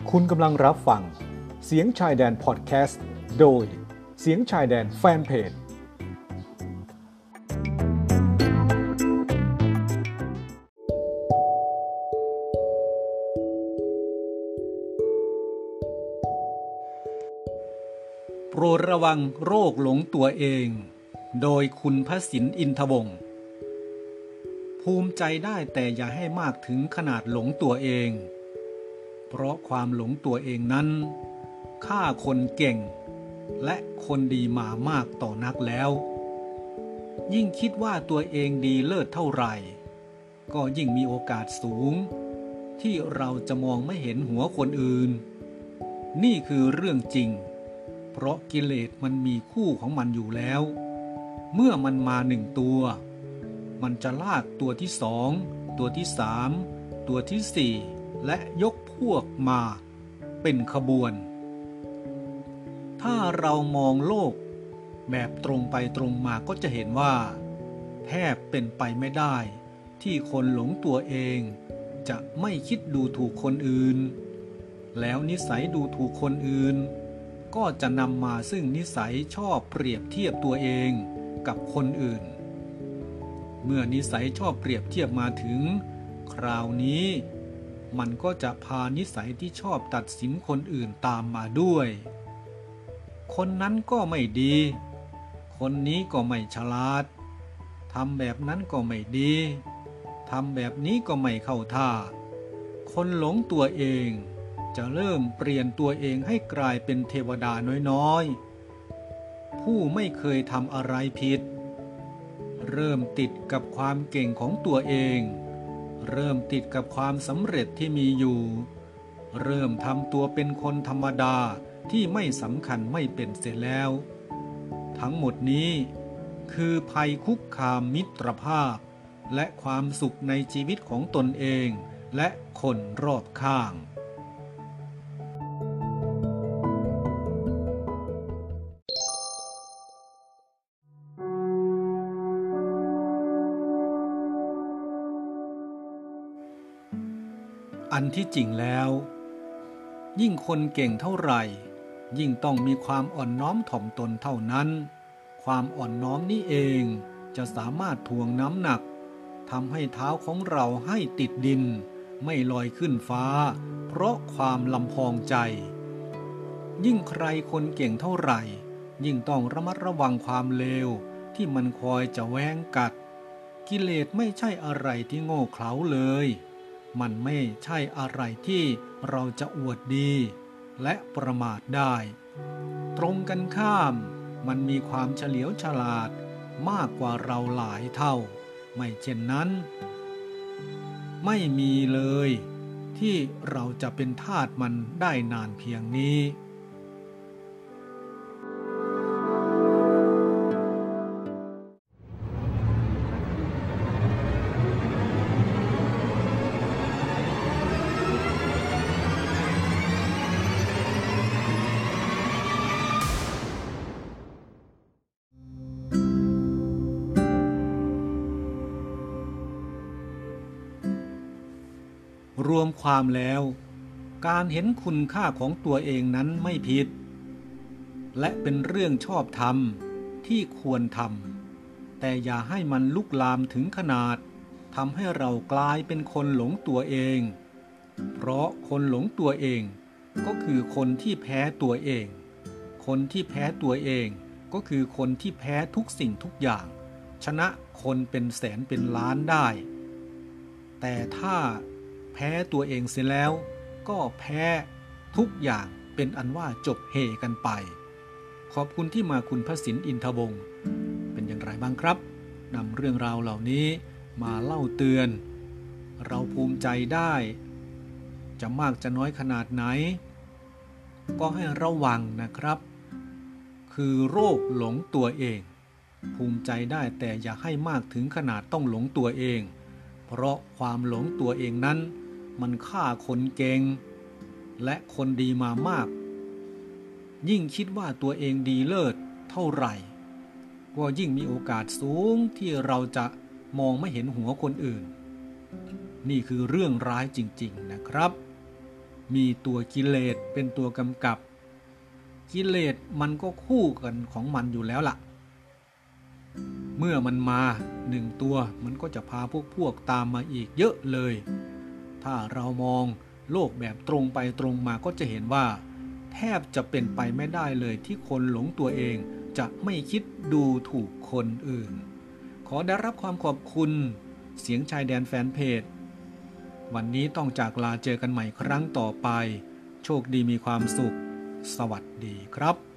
คุณกำลังรับฟังเสียงชายแดนพอดแคสต์โดยเสียงชายแดนแฟนเพจโปรดระวังโรคหลงตัวเองโดยคุณพสินอินทวงศ์ภูมิใจได้แต่อย่าให้มากถึงขนาดหลงตัวเองเพราะความหลงตัวเองนั้นฆ่าคนเก่งและคนดีมามากต่อนักแล้วยิ่งคิดว่าตัวเองดีเลิศเท่าไหร่ก็ยิ่งมีโอกาสสูงที่เราจะมองไม่เห็นหัวคนอื่นนี่คือเรื่องจริงเพราะกิเลสมันมีคู่ของมันอยู่แล้วเมื่อมันมาหนึ่งตัวมันจะลากตัวที่สองตัวที่สามตัวที่สี่และยกพวกมาเป็นขบวนถ้าเรามองโลกแบบตรงไปตรงมาก็จะเห็นว่าแทบเป็นไปไม่ได้ที่คนหลงตัวเองจะไม่คิดดูถูกคนอื่นแล้วนิสัยดูถูกคนอื่นก็จะนำมาซึ่งนิสัยชอบเปรียบเทียบตัวเองกับคนอื่นเมื่อนิสัยชอบเปรียบเทียบมาถึงคราวนี้มันก็จะพานิสัยที่ชอบตัดสินคนอื่นตามมาด้วยคนนั้นก็ไม่ดีคนนี้ก็ไม่ฉลาดทำแบบนั้นก็ไม่ดีทำแบบนี้ก็ไม่เข้าท่าคนหลงตัวเองจะเริ่มเปลี่ยนตัวเองให้กลายเป็นเทวดาน้อยๆผู้ไม่เคยทำอะไรผิดเริ่มติดกับความเก่งของตัวเองเริ่มติดกับความสำเร็จที่มีอยู่เริ่มทำตัวเป็นคนธรรมดาที่ไม่สำคัญไม่เป็นเสร็จแล้วทั้งหมดนี้คือภัยคุกคามมิตรภาพและความสุขในชีวิตของตนเองและคนรอบข้างอันที่จริงแล้วยิ่งคนเก่งเท่าไหร่ยิ่งต้องมีความอ่อนน้อมถ่อมตนเท่านั้นความอ่อนน้อมนี้เองจะสามารถถ่วงน้ำหนักทำให้เท้าของเราให้ติดดินไม่ลอยขึ้นฟ้าเพราะความลำพองใจยิ่งใครคนเก่งเท่าไหร่ยิ่งต้องระมัดระวังความเลวที่มันคอยจะแว้งกัดกิเลสไม่ใช่อะไรที่โง่เขลาเลยมันไม่ใช่อะไรที่เราจะอวดดีและประมาทได้ตรงกันข้ามมันมีความเฉลียวฉลาดมากกว่าเราหลายเท่าไม่เช่นนั้นไม่มีเลยที่เราจะเป็นทาสมันได้นานเพียงนี้รวมความแล้วการเห็นคุณค่าของตัวเองนั้นไม่ผิดและเป็นเรื่องชอบธรรมที่ควรทำแต่อย่าให้มันลุกลามถึงขนาดทำให้เรากลายเป็นคนหลงตัวเองเพราะคนหลงตัวเองก็คือคนที่แพ้ตัวเองคนที่แพ้ตัวเองก็คือคนที่แพ้ทุกสิ่งทุกอย่างชนะคนเป็นแสนเป็นล้านได้แต่ถ้าแพ้ตัวเองเสียแล้วก็แพ้ทุกอย่างเป็นอันว่าจบเฮกันไปขอบคุณที่มาคุณพสินอินทวงศ์เป็นอย่างไรบ้างครับนำเรื่องราวเหล่านี้มาเล่าเตือนเราภูมิใจได้จะมากจะน้อยขนาดไหนก็ให้ระวังนะครับคือโรคหลงตัวเองภูมิใจได้แต่อย่าให้มากถึงขนาดต้องหลงตัวเองเพราะความหลงตัวเองนั้นมันฆ่าคนเก่งและคนดีมามากยิ่งคิดว่าตัวเองดีเลิศเท่าไหร่ก็ยิ่งมีโอกาสสูงที่เราจะมองไม่เห็นหัวคนอื่นนี่คือเรื่องร้ายจริงๆนะครับมีตัวกิเลสเป็นตัวกำกับ กิเลสมันก็คู่กันของมันอยู่แล้วล่ะเมื่อมันมาหนึ่งตัวมันก็จะพาพวกตามมาอีกเยอะเลยถ้าเรามองโลกแบบตรงไปตรงมาก็จะเห็นว่าแทบจะเป็นไปไม่ได้เลยที่คนหลงตัวเองจะไม่คิดดูถูกคนอื่นขอได้รับความขอบคุณเสียงชายแดนแฟนเพจวันนี้ต้องจากลาเจอกันใหม่ครั้งต่อไปโชคดีมีความสุขสวัสดีครับ